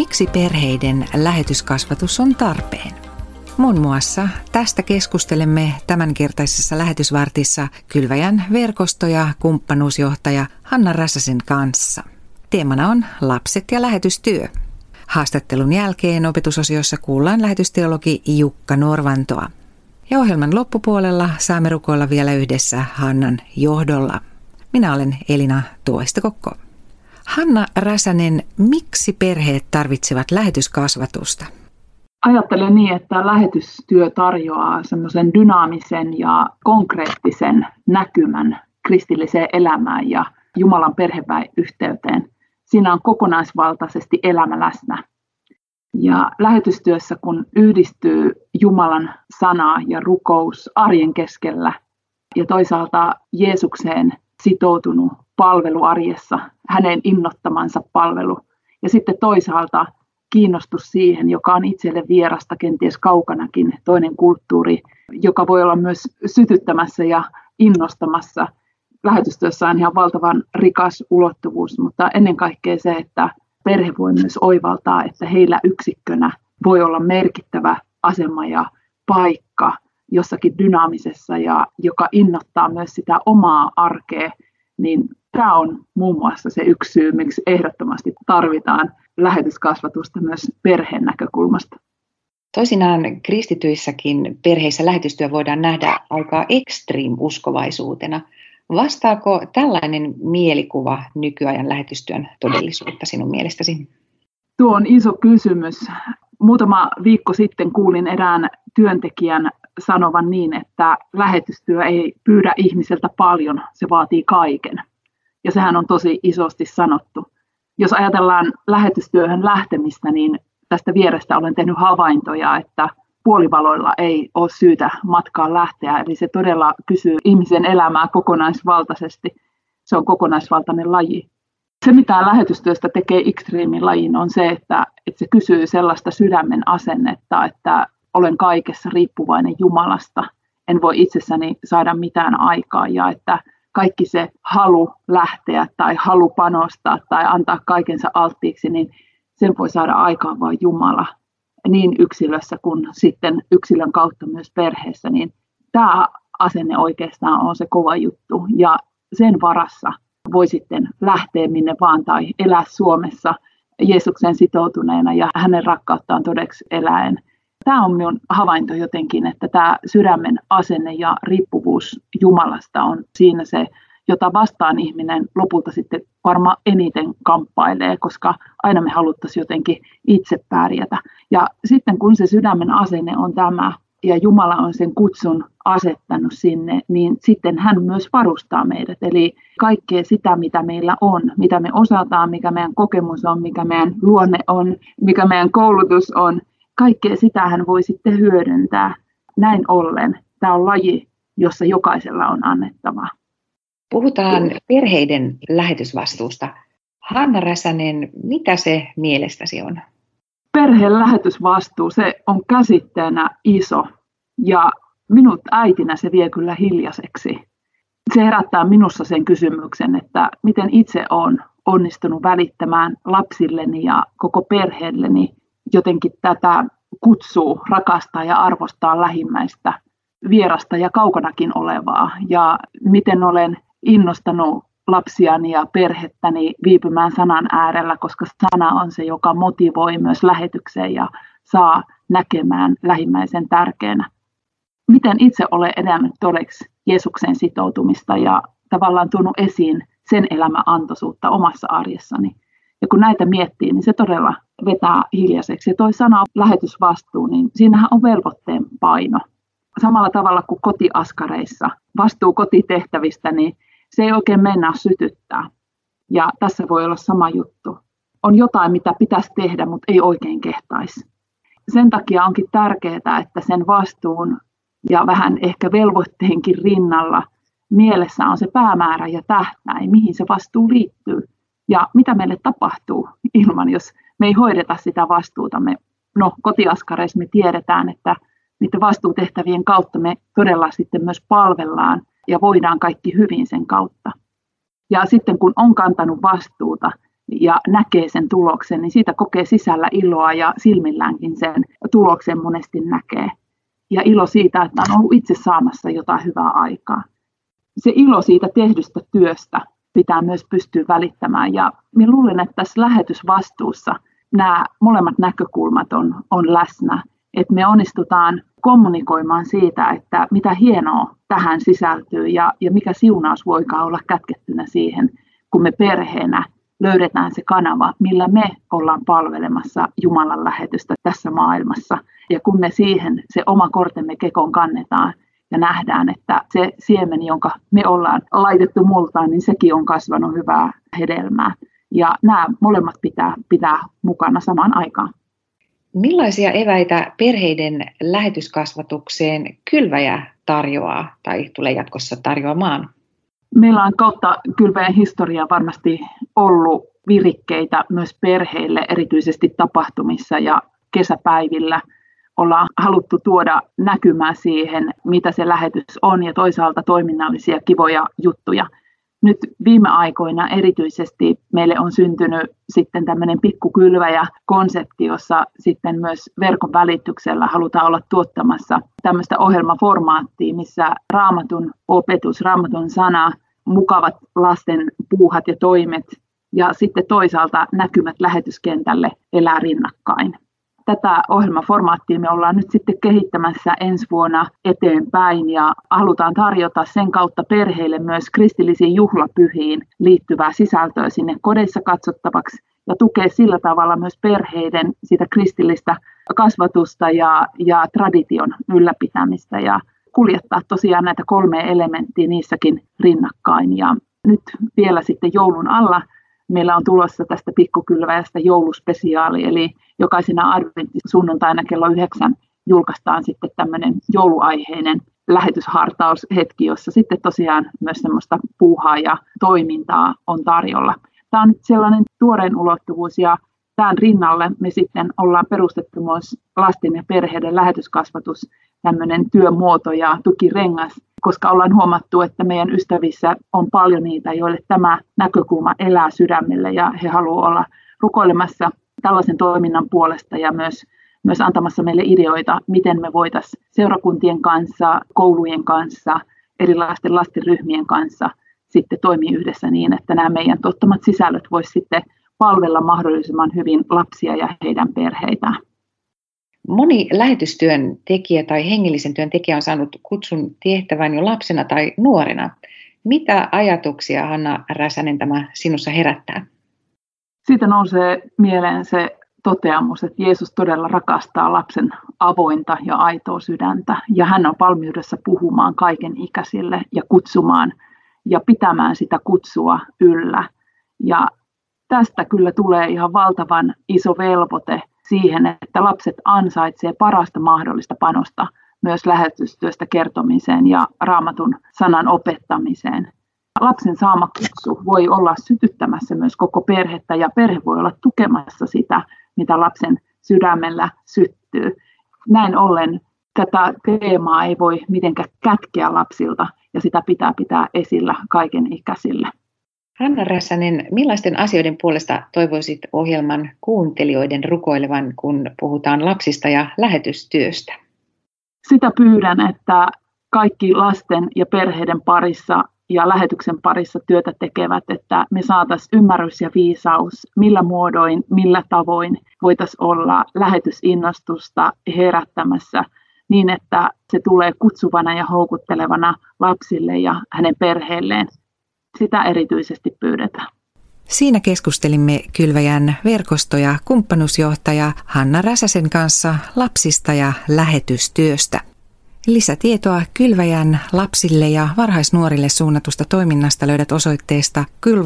Miksi perheiden lähetyskasvatus on tarpeen? Muun muassa tästä keskustelemme tämänkertaisessa lähetysvartissa Kylväjän verkosto- ja kumppanuusjohtaja Hanna Räsäsen kanssa. Teemana on lapset ja lähetystyö. Haastattelun jälkeen opetusosiossa kuullaan lähetysteologi Jukka Norvantoa. Ja ohjelman loppupuolella saamme rukoilla vielä yhdessä Hannan johdolla. Minä olen Elina Tuoistokokko. Hanna Räsänen, miksi perheet tarvitsevat lähetyskasvatusta? Ajattelen niin, että lähetystyö tarjoaa semmoisen dynaamisen ja konkreettisen näkymän kristilliseen elämään ja Jumalan perheväen-yhteyteen. Siinä on kokonaisvaltaisesti elämä läsnä. Ja lähetystyössä, kun yhdistyy Jumalan sana ja rukous arjen keskellä ja toisaalta Jeesukseen sitoutunut palvelu arjessa, hänen innoittamansa palvelu ja sitten toisaalta kiinnostus siihen, joka on itselle vierasta, kenties kaukanakin, toinen kulttuuri, joka voi olla myös sytyttämässä ja innostamassa. Lähetystyössä on ihan valtavan rikas ulottuvuus, mutta ennen kaikkea se, että perhe voi myös oivaltaa, että heillä yksikkönä voi olla merkittävä asema ja paikka jossakin dynaamisessa, ja joka innoittaa myös sitä omaa arkea, niin tämä on muun muassa se yksi syy, miksi ehdottomasti tarvitaan lähetyskasvatusta myös perheen näkökulmasta. Toisinaan kristityissäkin perheissä lähetystyö voidaan nähdä aika extreme-uskovaisuutena. Vastaako tällainen mielikuva nykyajan lähetystyön todellisuutta sinun mielestäsi? Tuo on iso kysymys. Muutama viikko sitten kuulin erään työntekijän sanovan niin, että lähetystyö ei pyydä ihmiseltä paljon, se vaatii kaiken. Ja sehän on tosi isosti sanottu. Jos ajatellaan lähetystyöhön lähtemistä, niin tästä vierestä olen tehnyt havaintoja, että puolivaloilla ei ole syytä matkaan lähteä. Eli se todella kysyy ihmisen elämää kokonaisvaltaisesti. Se on kokonaisvaltainen laji. Se, mitä lähetystyöstä tekee extreemin lajin, on se, että se kysyy sellaista sydämen asennetta, että olen kaikessa riippuvainen Jumalasta. En voi itsessäni saada mitään aikaa ja että kaikki se halu lähteä tai halu panostaa tai antaa kaikensa alttiiksi, niin sen voi saada aikaan vain Jumala. Niin yksilössä kuin sitten yksilön kautta myös perheessä, niin tämä asenne oikeastaan on se kova juttu. Ja sen varassa voi sitten lähteä minne vaan tai elää Suomessa Jeesuksen sitoutuneena ja hänen rakkauttaan todeksi eläen. Tämä on minun havainto jotenkin, että tämä sydämen asenne ja riippuvuus Jumalasta on siinä se, jota vastaan ihminen lopulta sitten varmaan eniten kamppailee, koska aina me haluttaisiin jotenkin itse pärjätä. Ja sitten kun se sydämen asenne on tämä, ja Jumala on sen kutsun asettanut sinne, niin sitten hän myös varustaa meidät. Eli kaikkea sitä, mitä meillä on, mitä me osataan, mikä meidän kokemus on, mikä meidän luonne on, mikä meidän koulutus on, kaikkea sitä hän voi sitten hyödyntää. Näin ollen tämä on laji, jossa jokaisella on annettavaa. Puhutaan perheiden lähetysvastuusta. Hanna Räsänen, mitä se mielestäsi on? Perheen lähetysvastuu, se on käsitteenä iso ja minut äitinä se vie kyllä hiljaiseksi. Se herättää minussa sen kysymyksen, että miten itse olen onnistunut välittämään lapsilleni ja koko perheelleni jotenkin tätä kutsua rakastaa ja arvostaa lähimmäistä, vierasta ja kaukanakin olevaa. Ja miten olen innostanut lapsiani ja perhettäni viipymään sanan äärellä, koska sana on se, joka motivoi myös lähetykseen ja saa näkemään lähimmäisen tärkeänä. Miten itse olen edennyt todeksi Jeesuksen sitoutumista ja tavallaan tuonut esiin sen elämän antoisuutta omassa arjessani. Ja kun näitä miettii, niin se todella vetää hiljaiseksi. Ja toi sana lähetysvastuu, niin siinähän on velvoitteen paino. Samalla tavalla kuin kotiaskareissa vastuu kotitehtävistä, niin se ei oikein mennä sytyttää. Ja tässä voi olla sama juttu. On jotain, mitä pitäisi tehdä, mutta ei oikein kehtaisi. Sen takia onkin tärkeää, että sen vastuun ja vähän ehkä velvoitteenkin rinnalla mielessä on se päämäärä ja tähtäin, mihin se vastuu liittyy. Ja mitä meille tapahtuu ilman, jos me ei hoideta sitä vastuutamme. No, kotiaskareissa me tiedetään, että niiden vastuutehtävien kautta me todella sitten myös palvellaan ja voidaan kaikki hyvin sen kautta. Ja sitten kun on kantanut vastuuta, ja näkee sen tuloksen, niin siitä kokee sisällä iloa ja silmilläänkin sen tuloksen monesti näkee. Ja ilo siitä, että on ollut itse saamassa jotain hyvää aikaa. Se ilo siitä tehdystä työstä pitää myös pystyä välittämään. Ja minä luulen, että tässä lähetysvastuussa nämä molemmat näkökulmat on läsnä. Että me onnistutaan kommunikoimaan siitä, että mitä hienoa tähän sisältyy ja mikä siunaus voikaan olla kätkettynä siihen, kun me perheenä löydetään se kanava, millä me ollaan palvelemassa Jumalan lähetystä tässä maailmassa. Ja kun me siihen se oma kortemme kekoon kannetaan ja nähdään, että se siemen, jonka me ollaan laitettu multaan, niin sekin on kasvanut hyvää hedelmää. Ja nämä molemmat pitää mukana samaan aikaan. Millaisia eväitä perheiden lähetyskasvatukseen Kylväjä tarjoaa tai tulee jatkossa tarjoamaan? Meillä on kautta Kylväjän historiaa varmasti ollut virikkeitä myös perheille, erityisesti tapahtumissa ja kesäpäivillä. Ollaan haluttu tuoda näkymää siihen, mitä se lähetys on ja toisaalta toiminnallisia kivoja juttuja. Nyt viime aikoina erityisesti meille on syntynyt sitten tämmöinen pikkukylväjä-konsepti, jossa sitten myös verkon välityksellä halutaan olla tuottamassa tämmöistä ohjelmaformaattia, missä Raamatun opetus, Raamatun sana, mukavat lasten puuhat ja toimet ja sitten toisaalta näkymät lähetyskentälle elää rinnakkain. Tätä ohjelmaformaattia me ollaan nyt sitten kehittämässä ensi vuonna eteenpäin ja halutaan tarjota sen kautta perheille myös kristillisiin juhlapyhiin liittyvää sisältöä sinne kodeissa katsottavaksi ja tukea sillä tavalla myös perheiden sitä kristillistä kasvatusta ja tradition ylläpitämistä ja kuljettaa tosiaan näitä 3 elementtiä niissäkin rinnakkain. Ja nyt vielä sitten joulun alla meillä on tulossa tästä pikkukylväjästä jouluspesiaali, eli jokaisena adventtisunnuntaina kello 9 julkaistaan sitten tämmöinen jouluaiheinen lähetyshartaushetki, jossa sitten tosiaan myös semmoista puuhaa ja toimintaa on tarjolla. Tämä on nyt sellainen tuoreen ulottuvuus ja tämän rinnalle me sitten ollaan perustettu myös lasten ja perheiden lähetyskasvatus, tämmöinen työmuoto ja tukirengas, koska ollaan huomattu, että meidän ystävissä on paljon niitä, joille tämä näkökulma elää sydämelle ja he haluavat olla rukoilemassa tällaisen toiminnan puolesta ja myös antamassa meille ideoita, miten me voitaisiin seurakuntien kanssa, koulujen kanssa, erilaisten lastenryhmien kanssa sitten toimia yhdessä niin, että nämä meidän tuottamat sisällöt voisivat sitten palvella mahdollisimman hyvin lapsia ja heidän perheitään. Moni lähetystyön tekijä tai hengellisen työn tekijä on saanut kutsun tehtävään jo lapsena tai nuorena. Mitä ajatuksia, Hanna Räsänen, tämä sinussa herättää? Siitä nousee mieleen se toteamus, että Jeesus todella rakastaa lapsen avointa ja aitoa sydäntä. Ja hän on valmiudessa puhumaan kaiken ikäisille ja kutsumaan ja pitämään sitä kutsua yllä. Ja tästä kyllä tulee ihan valtavan iso velvoite siihen, että lapset ansaitsee parasta mahdollista panosta myös lähetystyöstä kertomiseen ja Raamatun sanan opettamiseen. Lapsen saama kutsu voi olla sytyttämässä myös koko perhettä ja perhe voi olla tukemassa sitä, mitä lapsen sydämellä syttyy. Näin ollen tätä teemaa ei voi mitenkään kätkeä lapsilta ja sitä pitää esillä kaiken ikäisille. Hanna Räsänen, millaisten asioiden puolesta toivoisit ohjelman kuuntelijoiden rukoilevan, kun puhutaan lapsista ja lähetystyöstä? Sitä pyydän, että kaikki lasten ja perheiden parissa ja lähetyksen parissa työtä tekevät, että me saataisiin ymmärrys ja viisaus, millä muodoin, millä tavoin voitaisiin olla lähetysinnostusta herättämässä niin, että se tulee kutsuvana ja houkuttelevana lapsille ja hänen perheelleen. Sitä erityisesti pyydetään. Siinä keskustelimme Kylväjän verkosto- ja kumppanuusjohtaja Hanna Räsäsen kanssa lapsista ja lähetystyöstä. Lisätietoa Kylväjän lapsille ja varhaisnuorille suunnatusta toiminnasta löydät osoitteesta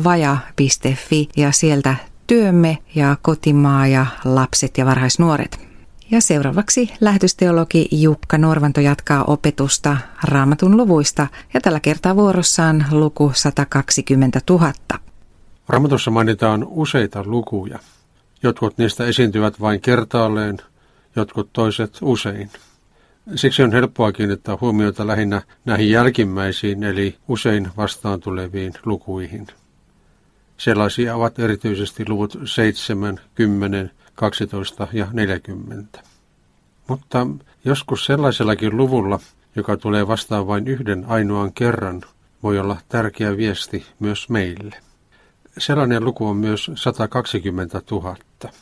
kylvaja.fi ja sieltä työmme ja kotimaa ja lapset ja varhaisnuoret. Ja seuraavaksi lähetysteologi Jukka Norvanto jatkaa opetusta Raamatun luvuista ja tällä kertaa vuorossaan luku 120 000. Raamatussa mainitaan useita lukuja. Jotkut niistä esiintyvät vain kertaalleen, jotkut toiset usein. Siksi on helppoa kiinnittää huomiota lähinnä näihin jälkimmäisiin eli usein vastaan tuleviin lukuihin. Sellaisia ovat erityisesti luvut 7, 10, 12 ja 40. Mutta joskus sellaisellakin luvulla, joka tulee vastaan vain yhden ainoan kerran, voi olla tärkeä viesti myös meille. Sellainen luku on myös 120 000.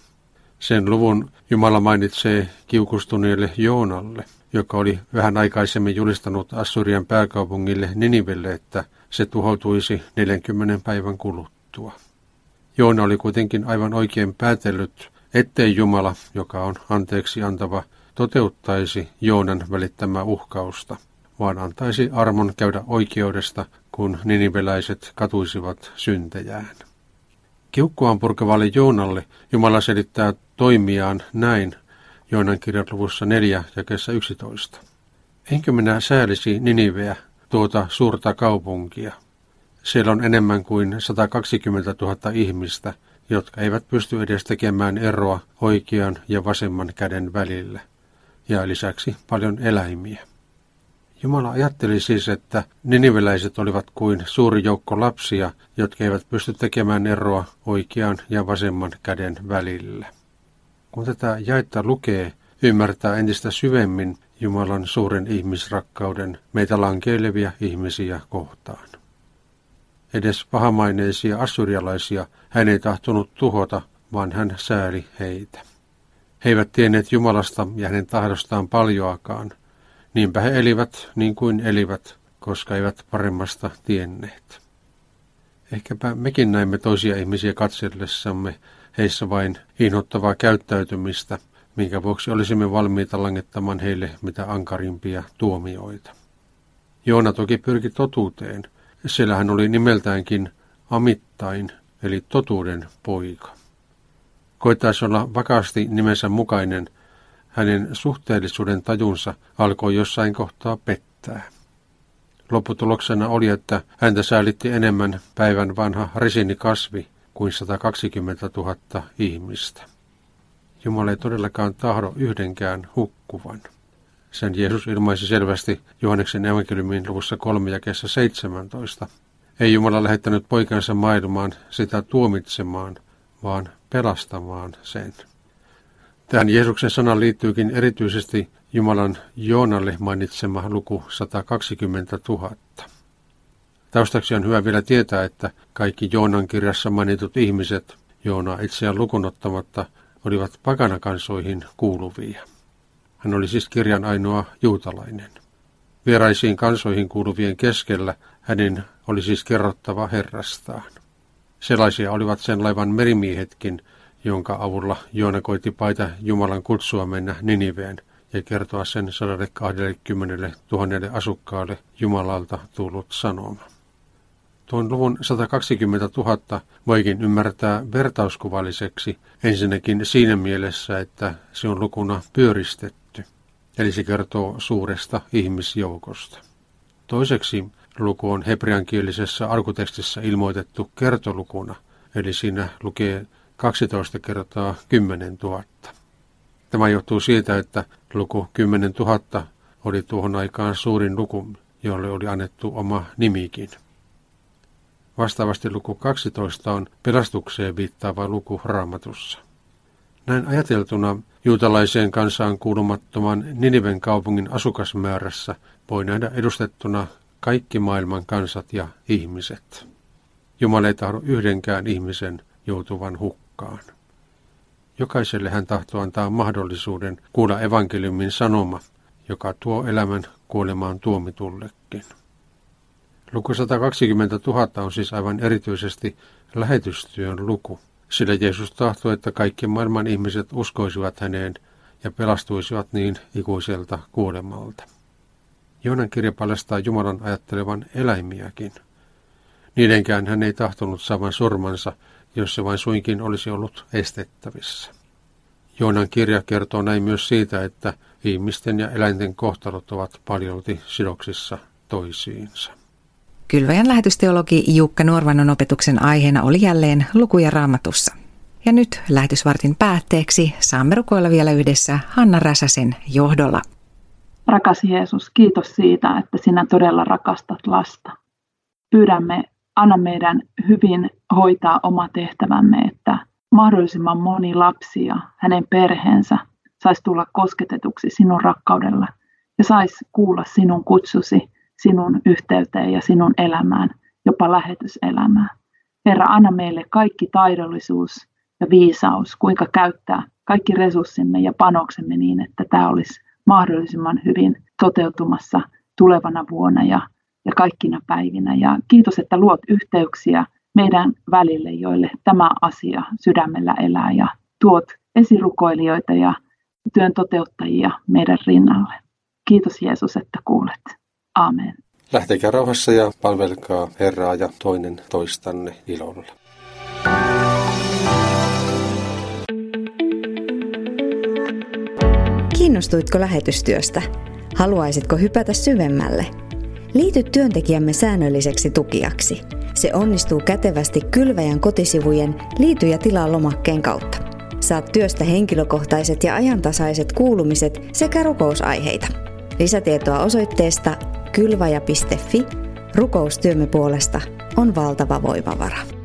Sen luvun Jumala mainitsee kiukustuneelle Joonalle, joka oli vähän aikaisemmin julistanut Assurian pääkaupungille Ninivelle, että se tuhoutuisi 40 päivän kuluttua. Joona oli kuitenkin aivan oikein päätellyt, ettei Jumala, joka on anteeksi antava, toteuttaisi Joonan välittämää uhkausta, vaan antaisi armon käydä oikeudesta, kun niniveläiset katuisivat syntejään. Kiukkuaan purkavalle Joonalle Jumala selittää toimiaan näin Joonan kirjan luvussa 4 jakeessa 11. Enkö minä säälisi Niniveä, tuota suurta kaupunkia? Siellä on enemmän kuin 120 000 ihmistä, jotka eivät pysty edes tekemään eroa oikean ja vasemman käden välillä, ja lisäksi paljon eläimiä. Jumala ajatteli siis, että niniveläiset olivat kuin suuri joukko lapsia, jotka eivät pysty tekemään eroa oikean ja vasemman käden välillä. Kun tätä jaetta lukee, ymmärtää entistä syvemmin Jumalan suuren ihmisrakkauden meitä lankeilevia ihmisiä kohtaan. Edes pahamaineisia assurialaisia hän ei tahtonut tuhota, vaan hän sääli heitä. He eivät tienneet Jumalasta ja hänen tahdostaan paljoakaan. Niinpä he elivät niin kuin elivät, koska eivät paremmasta tienneet. Ehkäpä mekin näimme toisia ihmisiä katsellessamme heissä vain inhottavaa käyttäytymistä, minkä vuoksi olisimme valmiita langettamaan heille mitä ankarimpia tuomioita. Joona toki pyrki totuuteen, sillä hän oli nimeltäänkin Amittain, eli totuuden poika. Koittaisi olla vakaasti nimensä mukainen, hänen suhteellisuuden tajunsa alkoi jossain kohtaa pettää. Lopputuloksena oli, että häntä säälitti enemmän päivän vanha risinikasvi kuin 120 000 ihmistä. Jumala ei todellakaan tahdo yhdenkään hukkuvan. Sen Jeesus ilmaisi selvästi Johanneksen evankeliumin luvussa 3 jakeessa 17. Ei Jumala lähettänyt poikansa maailmaan sitä tuomitsemaan, vaan pelastamaan sen. Tähän Jeesuksen sanan liittyykin erityisesti Jumalan Joonalle mainitsema luku 120 000. Taustaksi on hyvä vielä tietää, että kaikki Joonan kirjassa mainitut ihmiset, Joonaa itseään lukunottamatta, olivat pakanakansoihin kuuluvia. Hän oli siis kirjan ainoa juutalainen. Vieraisiin kansoihin kuuluvien keskellä hänen oli siis kerrottava Herrastaan. Sellaisia olivat sen laivan merimiehetkin, jonka avulla Joona koitti paita Jumalan kutsua mennä Niniveen ja kertoa sen 120 000 asukkaalle Jumalalta tullut sanoma. Tuon luvun 120 000 voikin ymmärtää vertauskuvalliseksi ensinnäkin siinä mielessä, että se on lukuna pyöristetty, eli se kertoo suuresta ihmisjoukosta. Toiseksi luku on hebreankielisessä alkutekstissä ilmoitettu kertolukuna, eli siinä lukee 12 kertaa 10 000. Tämä johtuu siitä, että luku 10 000 oli tuohon aikaan suurin luku, jolle oli annettu oma nimikin. Vastaavasti luku 12 on pelastukseen viittaava luku Raamatussa. Näin ajateltuna juutalaiseen kansaan kuulumattoman Niniven kaupungin asukasmäärässä voi nähdä edustettuna kaikki maailman kansat ja ihmiset. Jumala ei tahdo yhdenkään ihmisen joutuvan hukkaan. Jokaiselle hän tahtoo antaa mahdollisuuden kuulla evankeliumin sanoma, joka tuo elämän kuolemaan tuomitullekin. Luku 120 000 on siis aivan erityisesti lähetystyön luku, sillä Jeesus tahtoi, että kaikki maailman ihmiset uskoisivat häneen ja pelastuisivat niin ikuiselta kuolemalta. Joonan kirja paljastaa Jumalan ajattelevan eläimiäkin. Niidenkään hän ei tahtonut saavan surmansa, jos se vain suinkin olisi ollut estettävissä. Joonan kirja kertoo näin myös siitä, että ihmisten ja eläinten kohtalot ovat paljolti sidoksissa toisiinsa. Kylväjän lähetysteologi Jukka Nuorvannon opetuksen aiheena oli jälleen lukuja Raamatussa. Ja nyt lähetysvartin päätteeksi saamme rukoilla vielä yhdessä Hanna Räsäsen johdolla. Rakas Jeesus, kiitos siitä, että sinä todella rakastat lasta. Pyydämme, anna meidän hyvin hoitaa oma tehtävämme, että mahdollisimman moni lapsi ja hänen perheensä saisi tulla kosketetuksi sinun rakkaudella ja saisi kuulla sinun kutsusi, sinun yhteyteen ja sinun elämään, jopa lähetyselämään. Herra, anna meille kaikki taidollisuus ja viisaus, kuinka käyttää kaikki resurssimme ja panoksemme niin, että tämä olisi mahdollisimman hyvin toteutumassa tulevana vuonna ja kaikkina päivinä. Ja kiitos, että luot yhteyksiä meidän välille, joille tämä asia sydämellä elää ja tuot esirukoilijoita ja työn toteuttajia meidän rinnalle. Kiitos Jeesus, että kuulet. Aamen. Lähtekää rauhassa ja palvelkaa Herraa ja toinen toistanne ilolla. Kiinnostuitko lähetystyöstä? Haluaisitko hypätä syvemmälle? Liity työntekijämme säännölliseksi tukijaksi. Se onnistuu kätevästi Kylväjän kotisivujen Liity ja tilaa -lomakkeen kautta. Saat työstä henkilökohtaiset ja ajantasaiset kuulumiset sekä rukousaiheita. Lisätietoa osoitteesta kylvaja.fi. Rukous työmme puolesta on valtava voimavara.